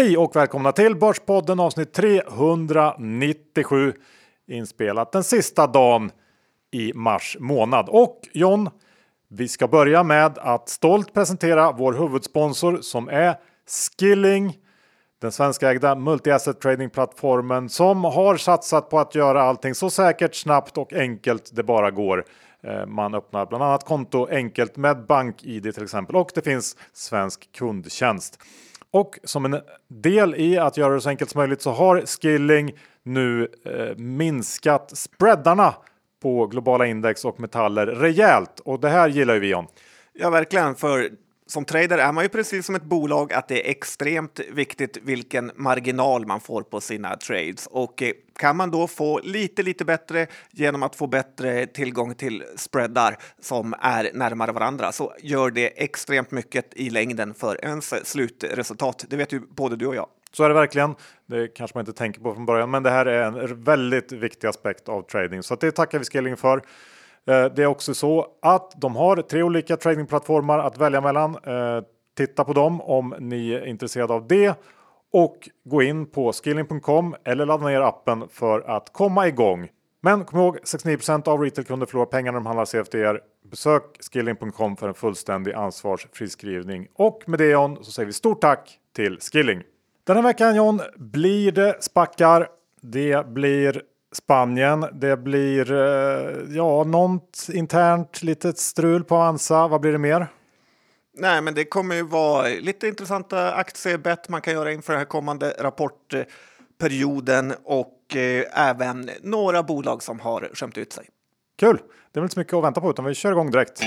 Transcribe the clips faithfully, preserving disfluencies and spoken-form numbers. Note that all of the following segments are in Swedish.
Hej och välkomna till Börspodden avsnitt trehundranittiosju, inspelat den sista dagen i mars månad. Och John, vi ska börja med att stolt presentera vår huvudsponsor som är Skilling, den svenska ägda multi-asset trading-plattformen som har satsat på att göra allting så säkert, snabbt och enkelt det bara går. Man öppnar bland annat konto enkelt med bank-I D till exempel, och det finns svensk kundtjänst. Och som en del i att göra det så enkelt som möjligt så har Skilling nu eh, minskat spreadarna på globala index och metaller rejält. Och det här gillar ju vi, John. Ja, verkligen. För som trader är man ju precis som ett bolag att det är extremt viktigt vilken marginal man får på sina trades. Och eh, kan man då få lite, lite bättre genom att få bättre tillgång till spreadar som är närmare varandra, så gör det extremt mycket i längden för ens slutresultat. Det vet ju både du och jag. Så är det verkligen. Det kanske man inte tänker på från början, men det här är en väldigt viktig aspekt av trading. Så att det tackar vi Skilling för. Det är också så att de har tre olika tradingplattformar att välja mellan. Titta på dem om ni är intresserade av det. Och gå in på skilling punkt com eller ladda ner appen för att komma igång. Men kom ihåg, sextionio procent av retailkunder förlorar pengar när de handlar C F D-er. Besök skilling punkt com för en fullständig ansvarsfri skrivning. Och med det, John, så säger vi stort tack till Skilling. Den här veckan, John, blir det spackar. Det blir Spanien. Det blir ja, något internt litet strul på Avanza. Vad blir det mer? Nej, men det kommer ju vara lite intressanta aktiebett man kan göra inför den här kommande rapportperioden och eh, även några bolag som har skämt ut sig. Kul! Det är väl inte så mycket att vänta på, utan vi kör igång direkt.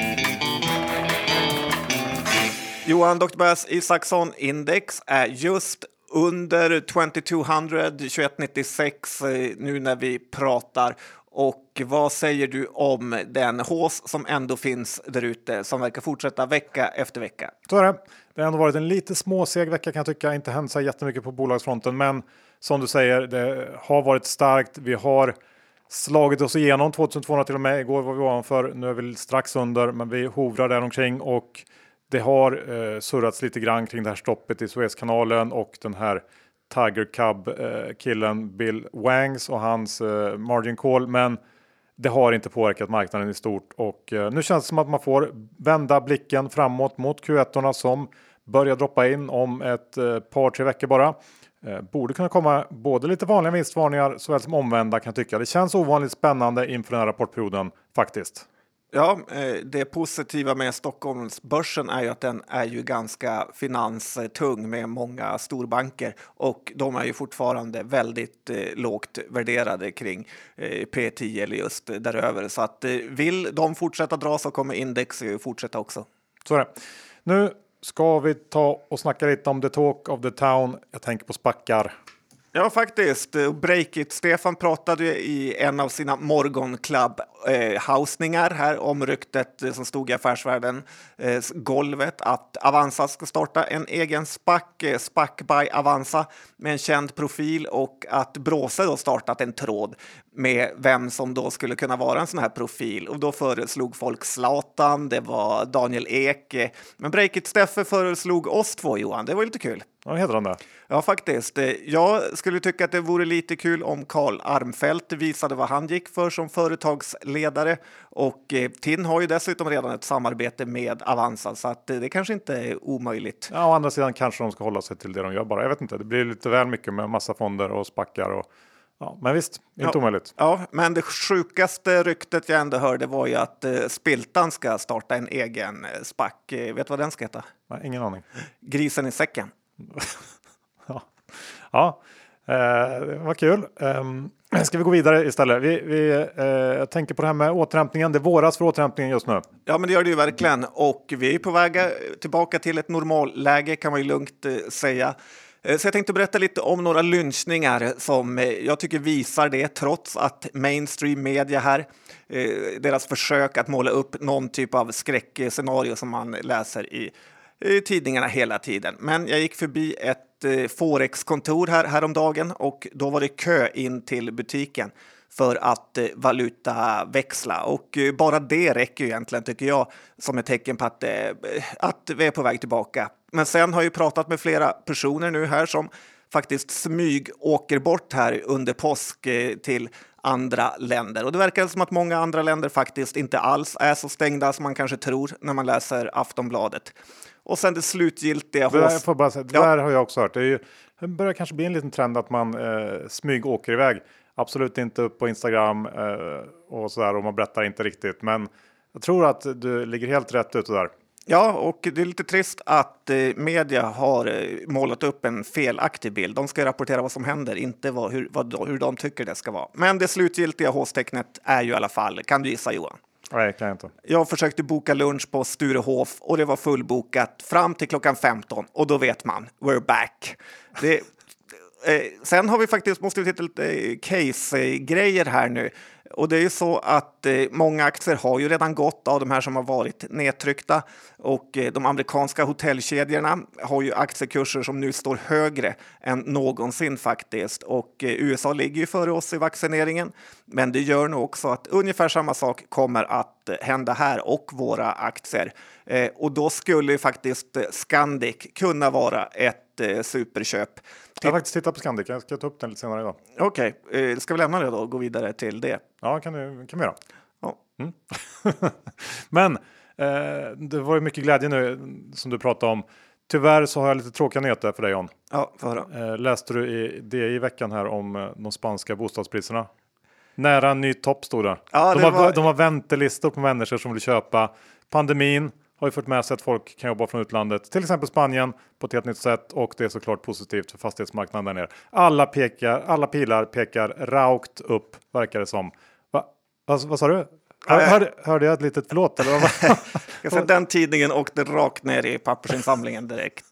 Johan, doktor Bass Isaksson Index är just under tjugotvåhundra, tjugoett nittiosex nu när vi pratar. Och vad säger du om den hås som ändå finns där ute som verkar fortsätta vecka efter vecka? Så är det. Det har ändå varit en lite småseg vecka, kan jag tycka. Inte hänt så jättemycket på bolagsfronten, men som du säger, det har varit starkt. Vi har slagit oss igenom tjugotvåhundra till och med. Igår var vi ovanför, nu är vi strax under, men vi hovrar där omkring och det har eh, surrats lite grann kring det här stoppet i Suezkanalen och den här Tiger Cub-killen eh, Bill Wangs och hans eh, margin call. Men det har inte påverkat marknaden i stort. Och eh, nu känns det som att man får vända blicken framåt mot Q ett-orna som börjar droppa in om ett eh, par, tre veckor bara. Eh, borde kunna komma både lite vanliga vinstvarningar såväl som omvända, kan jag tycka. Det känns ovanligt spännande inför den här rapportperioden faktiskt. Ja, det positiva med Stockholmsbörsen är ju att den är ju ganska finanstung med många storbanker och de är ju fortfarande väldigt eh, lågt värderade kring eh, P tio eller just däröver. Så att eh, vill de fortsätta dra så kommer index ju fortsätta också. Så är det. Nu ska vi ta och snacka lite om the talk of the town. Jag tänker på spackar. Ja, faktiskt. Breakit Stefan pratade i en av sina morgonklubb-housningar eh, här om ryktet som stod i Affärsvärlden eh, golvet att Avanza ska starta en egen spack, eh, Spack by Avanza med en känd profil och att Bråse då startat en tråd med vem som då skulle kunna vara en sån här profil. Och då föreslog folk Zlatan, det var Daniel Ek. Men Breakit Steffe föreslog oss två, Johan. Det var lite kul. Ja, heter han det? Ja, faktiskt. Jag skulle tycka att det vore lite kul om Carl Armfelt visade vad han gick för som företagsledare. Och Tin har ju dessutom redan ett samarbete med Avanza, så att det kanske inte är omöjligt. Ja, å andra sidan kanske de ska hålla sig till det de gör bara. Jag vet inte, det blir lite väl mycket med massa fonder och spackar och ja, men visst, inte ja, omöjligt. Ja, men det sjukaste ryktet jag ändå hörde var ju att uh, Spiltan ska starta en egen uh, spack. Uh, vet du vad den ska heta? Nej, ingen aning. Grisen i säcken. ja, ja eh, vad kul. Um, ska vi gå vidare istället? Vi, vi eh, tänker på det här med återhämtningen. Det är våras för återhämtningen just nu. Ja, men det gör det ju verkligen. Och vi är på väg tillbaka till ett normalläge, kan man ju lugnt uh, säga. Så jag tänkte berätta lite om några lynchningar som jag tycker visar det, trots att mainstream media här, deras försök att måla upp någon typ av skräckscenario som man läser i tidningarna hela tiden. Men jag gick förbi ett Forex-kontor här häromdagen och då var det kö in till butiken för att valuta växla. Och bara det räcker ju egentligen, tycker jag, som ett tecken på att, att vi är på väg tillbaka Men sen har jag ju pratat med flera personer nu här som faktiskt smyg åker bort här under påsk till andra länder. Och det verkar som att många andra länder faktiskt inte alls är så stängda som man kanske tror när man läser Aftonbladet. Och sen det slutgiltiga... Det där, jag får bara säga, det ja. där har jag också hört. Det, är ju, det börjar kanske bli en liten trend att man eh, smyg åker iväg. Absolut inte upp på Instagram eh, och sådär, och man berättar inte riktigt. Men jag tror att du ligger helt rätt ute där. Ja, och det är lite trist att eh, media har eh, målat upp en felaktig bild. De ska rapportera vad som händer, inte vad, hur, vad, hur de tycker det ska vara. Men det slutgiltiga håstecknet är ju i alla fall, kan du gissa Johan? Nej, kan jag inte. Jag försökte boka lunch på Sturehof och det var fullbokat fram till klockan femton. Och då vet man, we're back. Det, eh, sen har vi faktiskt, måste vi titta lite case-grejer här nu. Och det är ju så att eh, många aktier har ju redan gått av de här som har varit nedtryckta. Och eh, de amerikanska hotellkedjorna har ju aktiekurser som nu står högre än någonsin faktiskt. Och eh, U S A ligger ju före oss i vaccineringen. Men det gör nog också att ungefär samma sak kommer att eh, hända här och våra aktier. Eh, och då skulle ju faktiskt eh, Scandic kunna vara ett eh, superköp. Jag har faktiskt tittat på Scandic, jag ska ta upp den lite senare idag. Okej, okay. eh, ska vi lämna det då och gå vidare till det? Ja, kan, du, kan vi göra. Ja. Mm. Men eh, det var ju mycket glädje nu som du pratade om. Tyvärr så har jag lite tråkiga nyheter för dig, John. Ja, för höra. Eh, läste du i det i veckan här om eh, de spanska bostadspriserna? Nära en ny topp stod det. Ja, de, det har, var... de har väntelistor på människor som vill köpa. Pandemin har ju fått med sig att folk kan jobba från utlandet. Till exempel Spanien på ett helt nytt sätt. Och det är såklart positivt för fastighetsmarknaden där nere. Alla, pekar, alla pilar pekar rakt upp, verkar det som. Va? Vad, vad sa du? Hör, hörde, hörde jag ett litet förlåt? Eller vad? Jag för den tidningen åkte rakt ner i pappersinsamlingen direkt.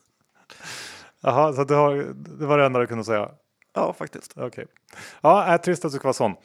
Jaha, så det, har, det var det enda du kunde säga? Ja, faktiskt. Okej. Okay. Ja, är trist att det ska vara sån.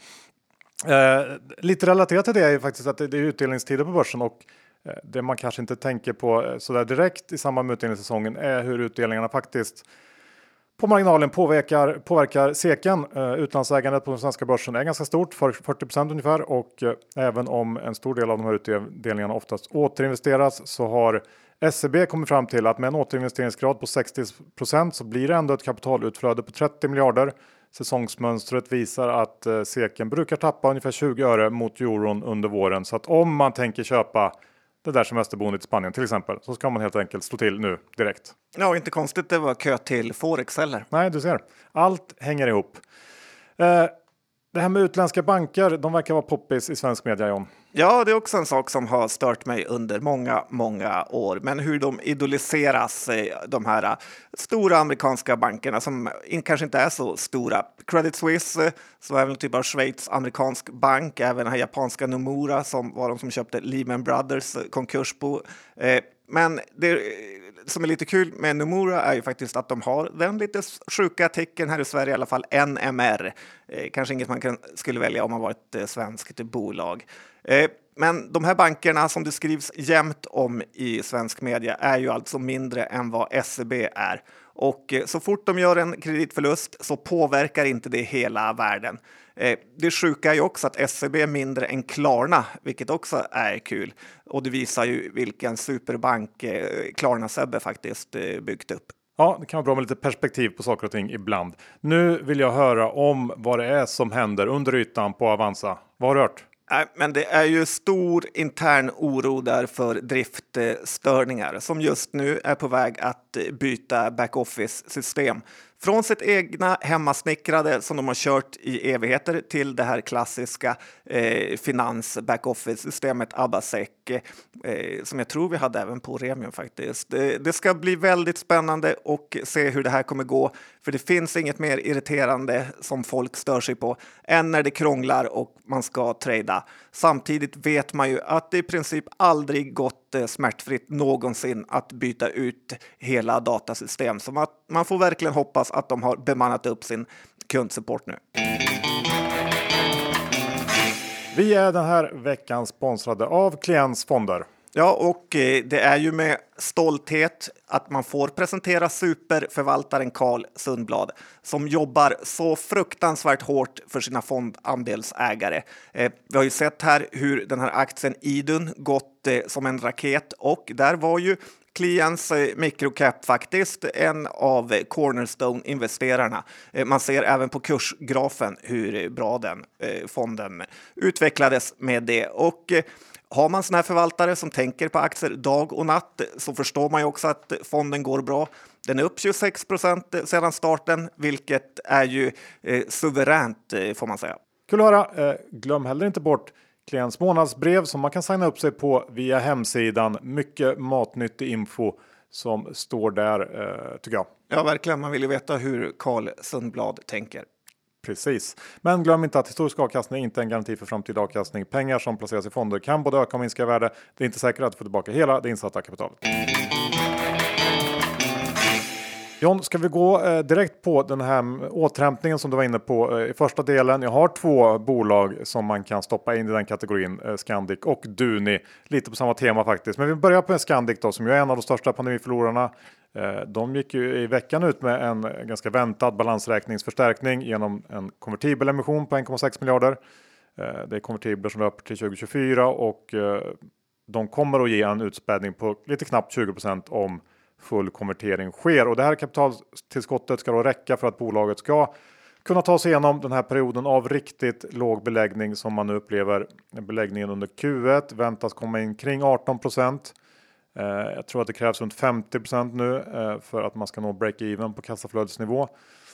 Eh, lite relaterat till det är ju faktiskt att det är utdelningstider på börsen, och eh, det man kanske inte tänker på eh, sådär direkt i samband med utdelningssäsongen är hur utdelningarna faktiskt på marginalen påverkar, påverkar seken. Eh, utlandsägandet på den svenska börsen är ganska stort, för fyrtio procent ungefär, och eh, även om en stor del av de här utdelningarna oftast återinvesteras, så har S E B kommit fram till att med en återinvesteringsgrad på sextio procent så blir det ändå ett kapitalutflöde på trettio miljarder. Säsongsmönstret visar att eh, seken brukar tappa ungefär tjugo öre mot euron under våren. Så att om man tänker köpa det där semesterboendet i Spanien till exempel, så ska man helt enkelt slå till nu direkt. Ja, inte konstigt det var kö till Forex heller. Nej, du ser. Allt hänger ihop. Eh, det här med utländska banker, de verkar vara poppis i svensk media, John. Ja, det är också en sak som har stört mig under många, många år. Men hur de idoliseras, de här stora amerikanska bankerna som kanske inte är så stora. Credit Suisse, så är väl typ av Schweiz amerikansk bank. Även den här japanska Nomura som var de som köpte Lehman Brothers konkursbo. Men det som är lite kul med Nomura är ju faktiskt att de har den lite sjuka artikeln här i Sverige i alla fall, N M R. Kanske inget man kan, skulle välja om man var ett svenskt bolag. Men de här bankerna som det skrivs jämt om i svensk media är ju alltså mindre än vad S E B är. Och så fort de gör en kreditförlust så påverkar inte det hela världen. Det sjuka är ju också att S E B är mindre än Klarna, vilket också är kul. Och det visar ju vilken superbank Klarna-Sebbe faktiskt byggt upp. Ja, det kan vara bra med lite perspektiv på saker och ting ibland. Nu vill jag höra om vad det är som händer under ytan på Avanza. Vad har du hört? Men det är ju stor intern oro där för driftstörningar som just nu är på väg att byta backoffice-system. Från sitt egna hemmasnickrade som de har kört i evigheter till det här klassiska eh, finans-backoffice-systemet Abasec eh, som jag tror vi hade även på Remium faktiskt. Det, det ska bli väldigt spännande och se hur det här kommer gå, för det finns inget mer irriterande som folk stör sig på än när det krånglar och man ska trada. Samtidigt vet man ju att det i princip aldrig gått eh, smärtfritt någonsin att byta ut hela datasystem, så att man får verkligen hoppas att de har bemannat upp sin kundsupport nu. Vi är den här veckan sponsrade av Klients Fonder. Ja, och det är ju med stolthet att man får presentera superförvaltaren Carl Sundblad som jobbar så fruktansvärt hårt för sina fondandelsägare. Eh, vi har ju sett här hur den här aktien Idun gått eh, som en raket, och där var ju Kliens microcap faktiskt en av Cornerstone-investerarna. Man ser även på kursgrafen hur bra den fonden utvecklades med det. Och har man såna här förvaltare som tänker på aktier dag och natt så förstår man ju också att fonden går bra. Den är upp tjugosex procent sedan starten, vilket är ju eh, suveränt får man säga. Kul att höra. Eh, glöm heller inte bort Klients månadsbrev som man kan signa upp sig på via hemsidan. Mycket matnyttig info som står där eh, tycker jag. Ja, verkligen. Man vill ju veta hur Carl Sundblad tänker. Precis. Men glöm inte att historisk avkastning inte är en garanti för framtida avkastning. Pengar som placeras i fonder kan både öka och minska värde. Det är inte säkert att få tillbaka hela det insatta kapitalet. John, ska vi gå eh, direkt på den här återhämtningen som du var inne på eh, i första delen. Jag har två bolag som man kan stoppa in i den kategorin, eh, Scandic och Duni. Lite på samma tema faktiskt. Men vi börjar på Scandic då, som ju är en av de största pandemiförlorarna. Eh, de gick ju i veckan ut med en ganska väntad balansräkningsförstärkning genom en konvertibel emission på en komma sex miljarder. Eh, det är konvertibler som löper till tjugo tjugofyra och eh, de kommer att ge en utspädning på lite knappt tjugo procent om full konvertering sker. Och det här kapitaltillskottet ska då räcka för att bolaget ska kunna ta sig igenom den här perioden av riktigt låg beläggning som man nu upplever. Beläggningen under Q ett väntas komma in kring arton procent. Eh, jag tror att det krävs runt femtio procent nu eh, för att man ska nå break-even på kassaflödesnivå.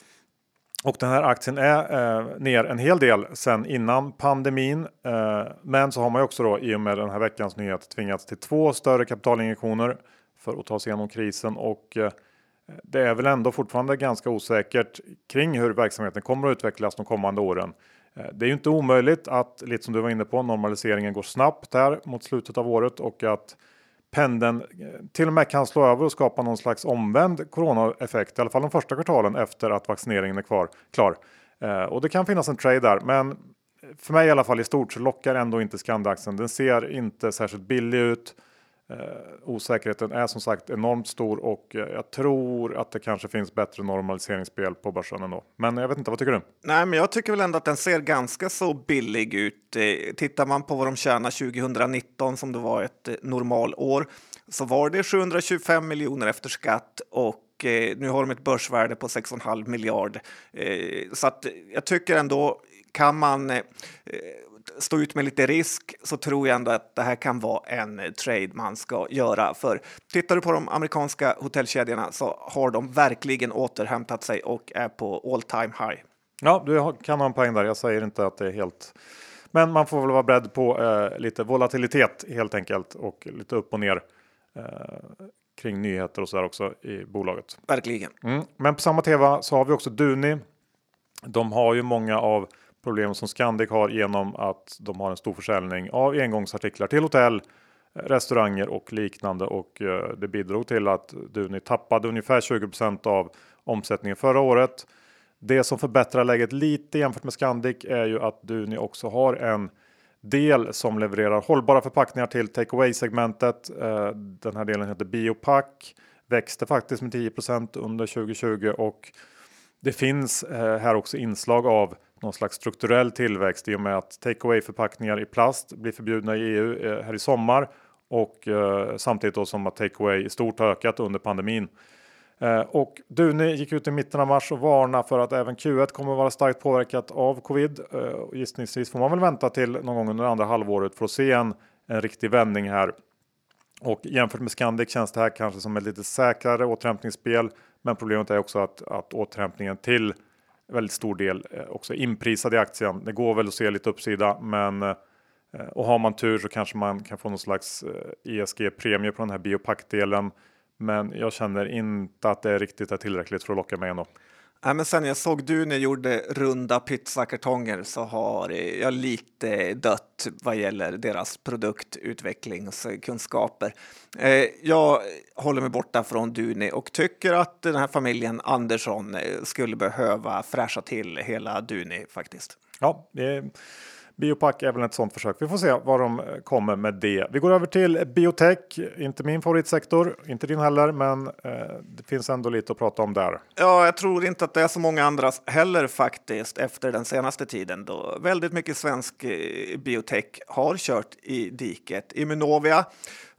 Och den här aktien är eh, ner en hel del sen innan pandemin. Eh, men så har man ju också då i och med den här veckans nyhet tvingats till två större kapitalinjektioner för att ta sig igenom krisen, och eh, det är väl ändå fortfarande ganska osäkert kring hur verksamheten kommer att utvecklas de kommande åren. Eh, det är ju inte omöjligt att, lite som du var inne på, normaliseringen går snabbt här mot slutet av året och att pendeln eh, till och med kan slå över och skapa någon slags omvänd coronaeffekt, i alla fall de första kvartalen efter att vaccineringen är kvar, klar. Eh, och det kan finnas en trade där, men för mig i alla fall i stort så lockar ändå inte Scandic-aktien. Den ser inte särskilt billig ut. Uh, osäkerheten är som sagt enormt stor och uh, jag tror att det kanske finns bättre normaliseringsspel på börsen ändå. Men jag vet inte, vad tycker du? Nej, men jag tycker väl ändå att den ser ganska så billig ut. Eh, tittar man på vad de tjänar tjugonitton som det var ett eh, normalår så var det sjuhundratjugofem miljoner efter skatt och eh, nu har de ett börsvärde på sex komma fem miljard. Eh, så att jag tycker ändå kan man eh, stå ut med lite risk så tror jag ändå att det här kan vara en trade man ska göra. För tittar du på de amerikanska hotellkedjorna så har de verkligen återhämtat sig och är på all time high. Ja, du kan ha en poäng där. Jag säger inte att det är helt... Men man får väl vara beredd på eh, lite volatilitet helt enkelt och lite upp och ner eh, kring nyheter och så där också i bolaget. Verkligen. Mm. Men på samma tema så har vi också Duni. De har ju många av problem som Scandic har genom att de har en stor försäljning av engångsartiklar till hotell, restauranger och liknande, och eh, det bidrog till att Duni tappade ungefär tjugo procent av omsättningen förra året. Det som förbättrar läget lite jämfört med Scandic är ju att Duni också har en del som levererar hållbara förpackningar till takeaway-segmentet. Eh, den här delen heter Biopack, växte faktiskt med tio procent under tjugo tjugo och det finns eh, här också inslag av någon slags strukturell tillväxt i och med att takeaway-förpackningar i plast blir förbjudna i E U eh, här i sommar och eh, samtidigt då som att takeaway i stort har ökat under pandemin. Eh, och Duni gick ut i mitten av mars och varna för att även Q ett kommer att vara starkt påverkat av covid. Eh, gissningsvis får man väl vänta till någon gång under andra halvåret för att se en, en riktig vändning här. Och jämfört med Scandic känns det här kanske som ett lite säkrare återhämtningsspel. Men problemet är också att, att återhämtningen till väldigt stor del också är inprisad i aktien. Det går väl att se lite uppsida, men och har man tur så kanske man kan få någon slags E S G-premie på den här Biopack-delen. Men jag känner inte att det riktigt är tillräckligt för att locka mig ändå. Nej, men sen jag såg du när jag gjorde runda pizzakartonger så har jag lite dött vad gäller deras produktutvecklingskunskaper. Jag håller mig borta från Duni och tycker att den här familjen Andersson skulle behöva fräscha till hela Duni faktiskt. Ja, det är... Biopack är väl ett sånt försök. Vi får se vad de kommer med det. Vi går över till biotech. Inte min favoritsektor, inte din heller, men eh, det finns ändå lite att prata om där. Ja, jag tror inte att det är så många andra heller faktiskt efter den senaste tiden då väldigt mycket svensk eh, biotech har kört i diket. Immunovia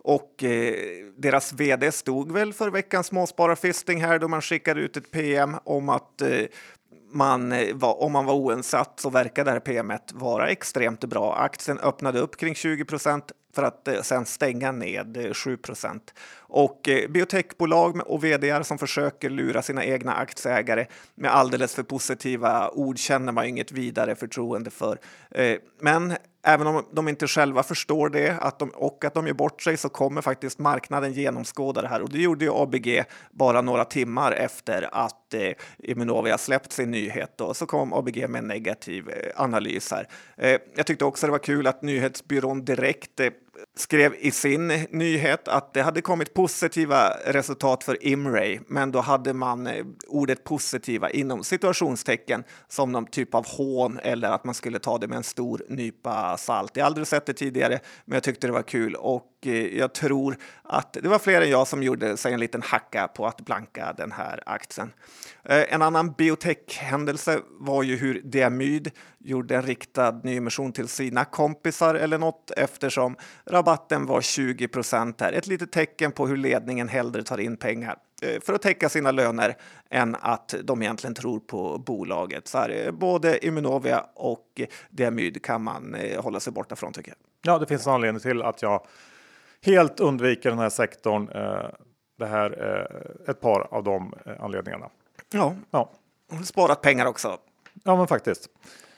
och eh, deras vd stod väl för veckans småspararfisting här då man skickade ut ett P M om att eh, man var, om man var oinsatt så verkar det här P M:et vara extremt bra. Aktien öppnade upp kring tjugo procent för att eh, sen stänga ned eh, sju procent. Och eh, biotechbolag och vd:ar som försöker lura sina egna aktieägare med alldeles för positiva ord känner man inget vidare förtroende för. Eh, men även om de inte själva förstår det att de, och att de gör bort sig så kommer faktiskt marknaden genomskåda det här. Och det gjorde ju A B G bara några timmar efter att eh, Immunovia släppt sin nyhet. Då. Så kom A B G med en negativ eh, analys här. Eh, jag tyckte också det var kul att nyhetsbyrån Direkt eh, skrev i sin nyhet att det hade kommit positiva resultat för Imray, men då hade man eh, ordet positiva inom situationstecken som någon typ av hån eller att man skulle ta det med en stor nypa salt. Jag har aldrig sett det tidigare, men jag tyckte det var kul och eh, jag tror att det var fler än jag som gjorde sig en liten hacka på att blanka den här aktien. Eh, en annan biotech-händelse var ju hur Diamyd gjorde en riktad nyemission till sina kompisar eller något eftersom rabatten var tjugo procent här. Ett litet tecken på hur ledningen hellre tar in pengar eh, för att täcka sina löner än att de egentligen tror på bolaget. Så här, både Immunovia och Diamyd kan man eh, hålla sig borta från tycker jag. Ja, det finns en anledning till att jag helt undviker den här sektorn. Eh, det här är ett par av de eh, anledningarna. Ja, ja. Sparat pengar också. Ja, men faktiskt.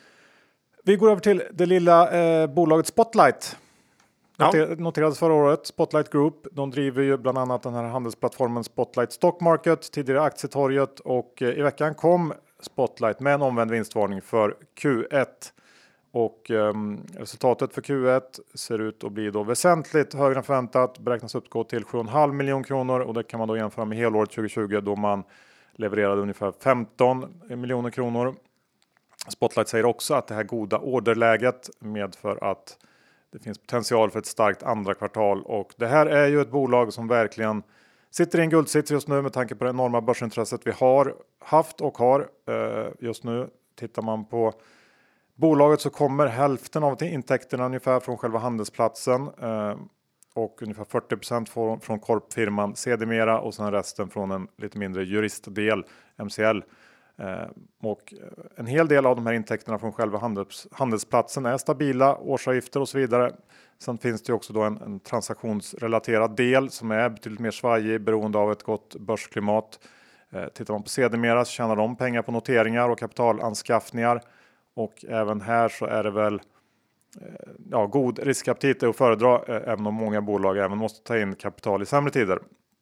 Vi går över till det lilla eh, bolaget Spotlight. Noter, ja. Noterades förra året. Spotlight Group. De driver ju bland annat den här handelsplattformen Spotlight Stock Market, tidigare Aktietorget, och eh, i veckan kom Spotlight med en omvänd vinstvarning för Q ett. Och eh, resultatet för Q ett ser ut att bli då väsentligt högre än förväntat. Beräknas uppgå till sju komma fem miljoner kronor och det kan man då jämföra med helåret tjugo tjugo då man levererade ungefär femton miljoner kronor. Spotlight säger också att det här goda orderläget medför att det finns potential för ett starkt andra kvartal. Och det här är ju ett bolag som verkligen sitter i en guldsits just nu med tanke på det enorma börsintresset vi har haft och har just nu. Tittar man på bolaget så kommer hälften av intäkterna ungefär från själva handelsplatsen och ungefär fyrtio procent från, från korpfirman Cedemera och sen resten från en lite mindre juristdel, M C L. Eh, och en hel del av de här intäkterna från själva handels, handelsplatsen är stabila, årsavgifter och så vidare. Sen finns det också då en, en transaktionsrelaterad del som är betydligt mer svajig beroende av ett gott börsklimat. Eh, tittar man på Cedemera så tjänar de pengar på noteringar och kapitalanskaffningar. Och även här så är det väl eh, ja, god riskaptit att föredra eh, även om många bolag även måste ta in kapital i sämre tider.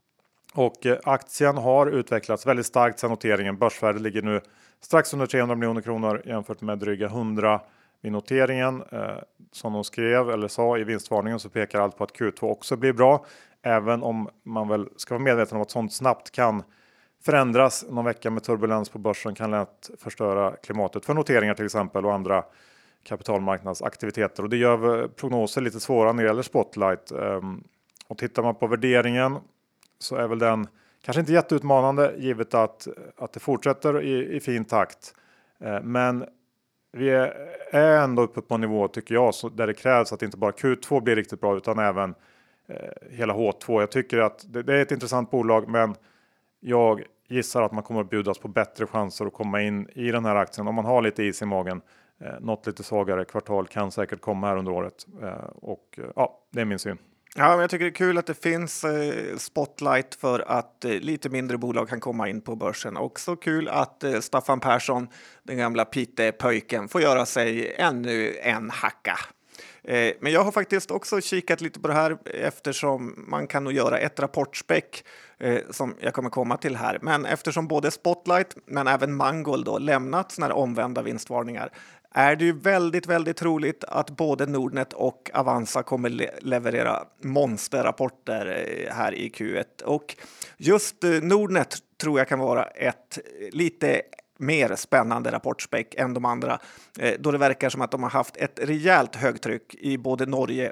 Och eh, aktien har utvecklats väldigt starkt sedan noteringen. Börsvärdet ligger nu strax under trehundra miljoner kronor jämfört med dryga hundra vid noteringen. Eh, som de skrev eller sa i vinstvarningen så pekar allt på att Q två också blir bra. Även om man väl ska vara medveten om att sånt snabbt kan förändras. Någon vecka med turbulens på börsen kan lätt förstöra klimatet för noteringar till exempel och andra kapitalmarknadsaktiviteter. Och det gör prognoser lite svåra när det gäller Spotlight. Eh, och tittar man på värderingen så är väl den kanske inte jätteutmanande givet att, att det fortsätter i, i fin takt. Eh, men vi är, är ändå uppe på en nivå tycker jag så där det krävs att inte bara Q två blir riktigt bra utan även eh, hela H två. Jag tycker att det, det är ett intressant bolag men jag gissar att man kommer att bjudas på bättre chanser att komma in i den här aktien om man har lite is i magen. Eh, något lite svagare kvartal kan säkert komma här under året eh, och ja, det är min syn. Ja, men jag tycker det är kul att det finns eh, Spotlight för att eh, lite mindre bolag kan komma in på börsen. Också kul att eh, Staffan Persson, den gamla Pite-pöjken, får göra sig ännu en hacka. Eh, men jag har faktiskt också kikat lite på det här eftersom man kan nog göra ett rapportspeck eh, som jag kommer komma till här. Men eftersom både Spotlight men även Mangold då lämnat såna här omvända vinstvarningar är det ju väldigt, väldigt troligt att både Nordnet och Avanza kommer le- leverera monsterrapporter här i Q ett. Och just Nordnet tror jag kan vara ett lite mer spännande rapportspeck än de andra. Då det verkar som att de har haft ett rejält högtryck i både Norge och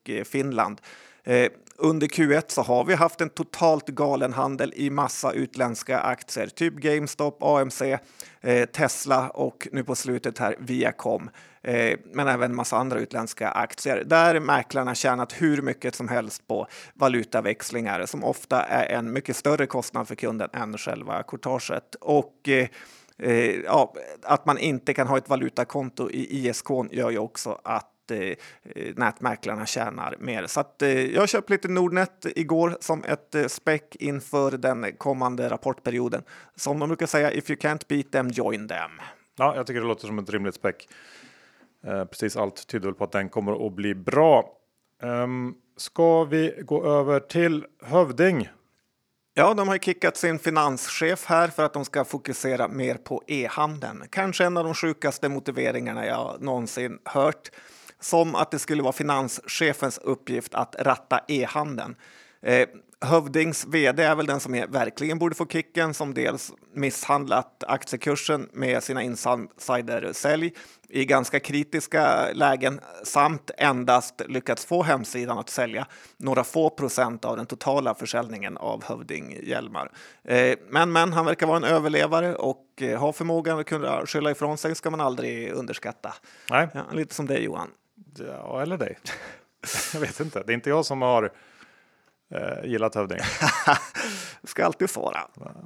och Finland. Eh, under Q ett så har vi haft en totalt galen handel i massa utländska aktier, typ GameStop, A M C, eh, Tesla och nu på slutet här Viacom. Eh, men även massa andra utländska aktier där mäklarna tjänat hur mycket som helst på valutaväxlingar som ofta är en mycket större kostnad för kunden än själva courtaget. Och eh, eh, ja, att man inte kan ha ett valutakonto i I S K gör ju också att nätmäklarna tjänar mer. Så att, eh, jag köpte lite Nordnet igår som ett eh, späck inför den kommande rapportperioden. Som de brukar säga, if you can't beat them, join them. Ja, jag tycker det låter som ett rimligt späck. Eh, precis allt tyder väl på att den kommer att bli bra. Um, ska vi gå över till Hövding? Ja, de har kickat sin finanschef här för att de ska fokusera mer på e-handeln. Kanske en av de sjukaste motiveringarna jag någonsin hört. Som att det skulle vara finanschefens uppgift att ratta e-handeln. Eh, Hövdings vd är väl den som är, verkligen borde få kicken, som dels misshandlat aktiekursen med sina insider-sälj i ganska kritiska lägen samt endast lyckats få hemsidan att sälja några få procent av den totala försäljningen av Hövding-hjälmar. Eh, men, men han verkar vara en överlevare och eh, ha förmågan att kunna skylla ifrån sig ska man aldrig underskatta. Nej. Ja, lite som dig, Johan. Ja, eller dig. Jag vet inte. Det är inte jag som har eh, gillat Hövding. Det ska alltid svara.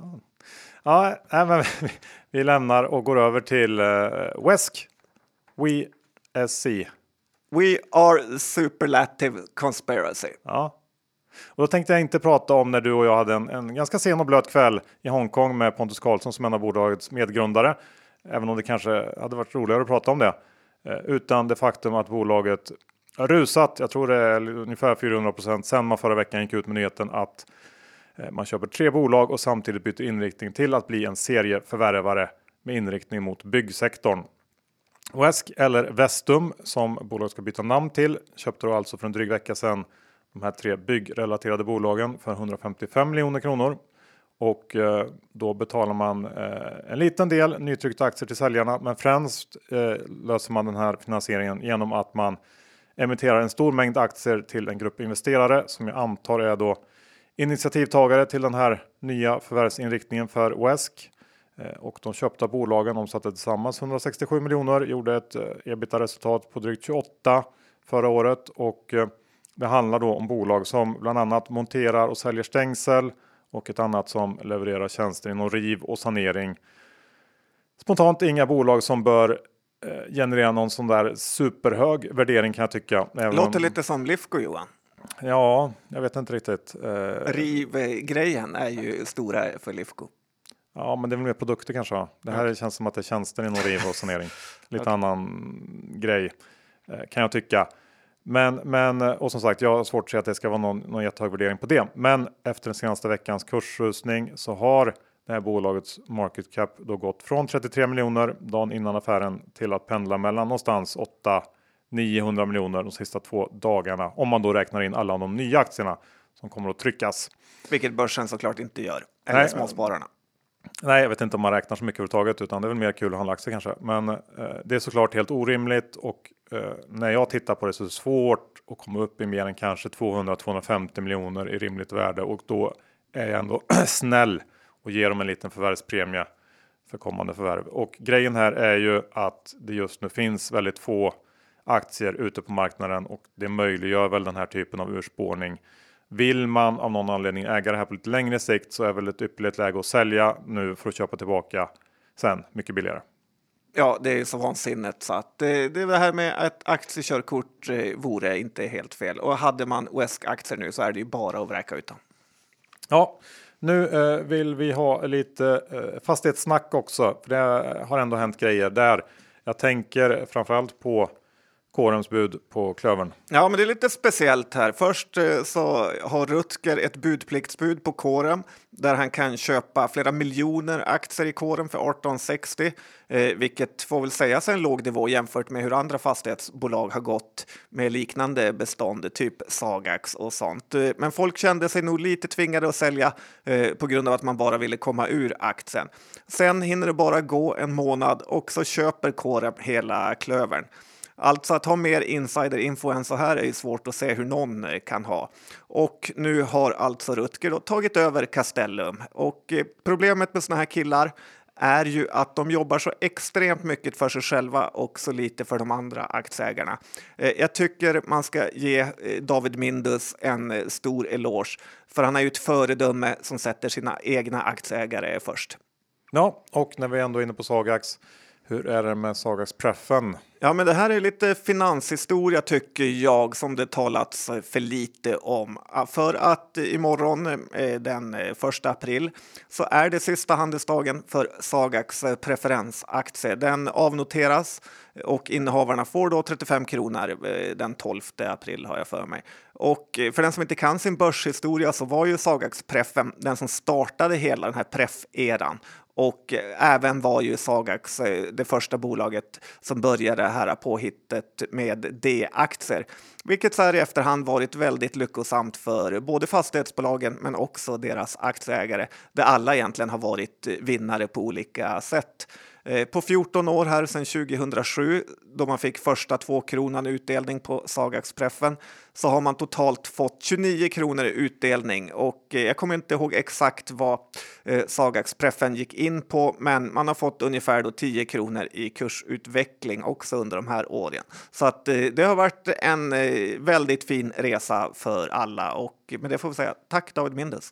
Ja, nej, men vi, vi lämnar och går över till eh, W E S C. We S C. We are superlative conspiracy. Ja. Och då tänkte jag inte prata om när du och jag hade en, en ganska sen och blöt kväll i Hongkong med Pontus Karlsson som en av bolagets medgrundare. Även om det kanske hade varit roligare att prata om det. Eh, utan det faktum att bolaget har rusat, jag tror det är ungefär fyrahundra procent sen man förra veckan gick ut med nyheten att eh, man köper tre bolag och samtidigt byter inriktning till att bli en serieförvärvare med inriktning mot byggsektorn. W E S C eller Vestum som bolaget ska byta namn till köpte då alltså för en dryg vecka sedan de här tre byggrelaterade bolagen för hundrafemtiofem miljoner kronor. Och eh, då betalar man eh, en liten del nytryckta aktier till säljarna. Men främst eh, löser man den här finansieringen genom att man emitterar en stor mängd aktier till en grupp investerare som jag antar är då initiativtagare till den här nya förvärvsinriktningen för W E S C. Eh, och de köpta bolagen omsatte tillsammans hundrasextiosju miljoner, gjorde ett eh, ebitda-resultat på drygt tjugoåtta förra året. Och eh, det handlar då om bolag som bland annat monterar och säljer stängsel och ett annat som levererar tjänster inom riv och sanering. Spontant inga bolag som bör eh, generera någon sån där superhög värdering kan jag tycka. Även Låter om, lite som Lifco, Johan. Ja, jag vet inte riktigt. Eh, Riv-grejen är ju stora för Lifco. Ja, men det är väl mer produkter kanske. Va? Det här Mm. känns som att det är tjänster inom riv och sanering. Lite Okay. annan grej eh, kan jag tycka. Men, men, och som sagt, jag har svårt att säga att det ska vara någon, någon jättehög värdering på det. Men efter den senaste veckans kursrusning så har det här bolagets market cap då gått från trettiotre miljoner dagen innan affären till att pendla mellan någonstans åtta till niohundra miljoner de sista två dagarna. Om man då räknar in alla de nya aktierna som kommer att tryckas. Vilket börsen såklart inte gör. Eller Nej. småspararna. Nej, jag vet inte om man räknar så mycket överhuvudtaget, utan det är väl mer kul att handla aktier kanske. Men eh, det är såklart helt orimligt och eh, när jag tittar på det så är det svårt att komma upp i mer än kanske tvåhundra till tvåhundrafemtio miljoner i rimligt värde och då är jag ändå snäll och ger dem en liten förvärvspremie för kommande förvärv. Och grejen här är ju att det just nu finns väldigt få aktier ute på marknaden och det möjliggör väl den här typen av urspårning. Vill man av någon anledning äga det här på lite längre sikt så är väl ett ypperligt läge att sälja nu för att köpa tillbaka sen mycket billigare. Ja, det är så vansinnigt så att det, det här med ett aktiekörkort eh, vore inte helt fel. Och hade man W E S C-aktier nu så är det ju bara att vräka ut dem. Ja, nu eh, vill vi ha lite eh, fastighetssnack också. För det har ändå hänt grejer där. Jag tänker framförallt på Corums bud på Klövern. Ja, men det är lite speciellt här. Först eh, så har Rutger ett budpliktsbud på Corum där han kan köpa flera miljoner aktier i Corum för arton sextio, eh, vilket får väl sägas är en låg nivå jämfört med hur andra fastighetsbolag har gått med liknande bestånd, typ Sagax och sånt. Eh, men folk kände sig nog lite tvingade att sälja eh, på grund av att man bara ville komma ur aktien. Sen hinner det bara gå en månad och så köper Corum hela Klövern. Alltså att ha mer insiderinfo än så här är ju svårt att se hur någon kan ha. Och nu har alltså Rutger då tagit över Castellum. Och problemet med såna här killar är ju att de jobbar så extremt mycket för sig själva och så lite för de andra aktieägarna. Jag tycker man ska ge David Mindus en stor eloge, för han är ju ett föredöme som sätter sina egna aktieägare först. Ja, och när vi ändå är inne på Sagax, hur är det med Sagax-preffen? Ja, men det här är lite finanshistoria tycker jag, som det talats för lite om. För att imorgon, den första april, så är det sista handelsdagen för Sagax preferensaktie. Den avnoteras och innehavarna får då trettiofem kronor den tolfte april har jag för mig. Och för den som inte kan sin börshistoria så var ju Sagax-preffen den som startade hela den här preff-eran. Och även var ju Sagax det första bolaget som började det här påhittet med D-aktier. Vilket så här i efterhand varit väldigt lyckosamt för både fastighetsbolagen men också deras aktieägare. Där alla egentligen har varit vinnare på olika sätt. På fjorton år här sedan tjugohundrasju, då man fick första två kronan utdelning på Sagax-preffen, så har man totalt fått tjugonio kronor i utdelning. Och jag kommer inte ihåg exakt vad Sagax-preffen gick in på, men man har fått ungefär då tio kronor i kursutveckling också under de här åren. Så att det har varit en väldigt fin resa för alla, och med det får vi säga tack David Mindus.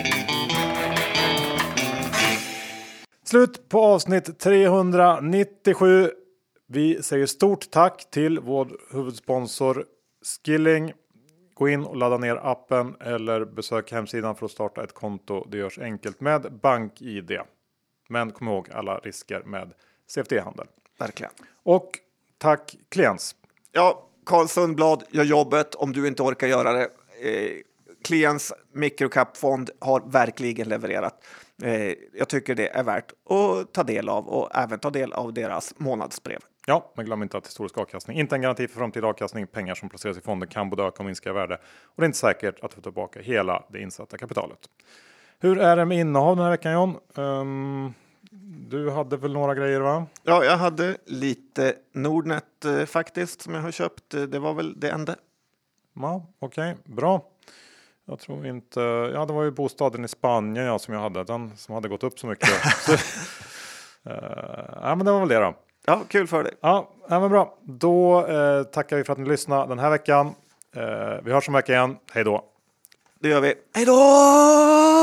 Slut på avsnitt trehundranittiosju. Vi säger stort tack till vår huvudsponsor Skilling. Gå in och ladda ner appen eller besök hemsidan för att starta ett konto. Det görs enkelt med BankID. Men kom ihåg alla risker med C F D-handel. Verkligen. Och tack Kliens. Ja, Carl Sundblad gör jobbet om du inte orkar göra det. Eh, Kliens microcap-fond har verkligen levererat. Eh, jag tycker det är värt att ta del av, och även ta del av deras månadsbrev. Ja, men glöm inte att historisk avkastning inte är en garanti för framtida avkastning. Pengar som placeras i fonden kan både öka och minska i värde. Och det är inte säkert att få tillbaka hela det insatta kapitalet. Hur är det med innehav den här veckan, John? Um, du hade väl några grejer, va? Ja, jag hade lite Nordnet eh, faktiskt som jag har köpt. Det var väl det enda. Ja, okej. Okay, bra. Jag tror inte... Ja, det var ju bostaden i Spanien ja, som jag hade. Den som hade gått upp så mycket. så, uh, ja, men det var väl det då. Ja, kul för dig. Ja, ja men bra. Då eh, tackar vi för att ni lyssnade den här veckan. Eh, vi hörs om veckan igen. Hej då. Det gör vi. Hej då!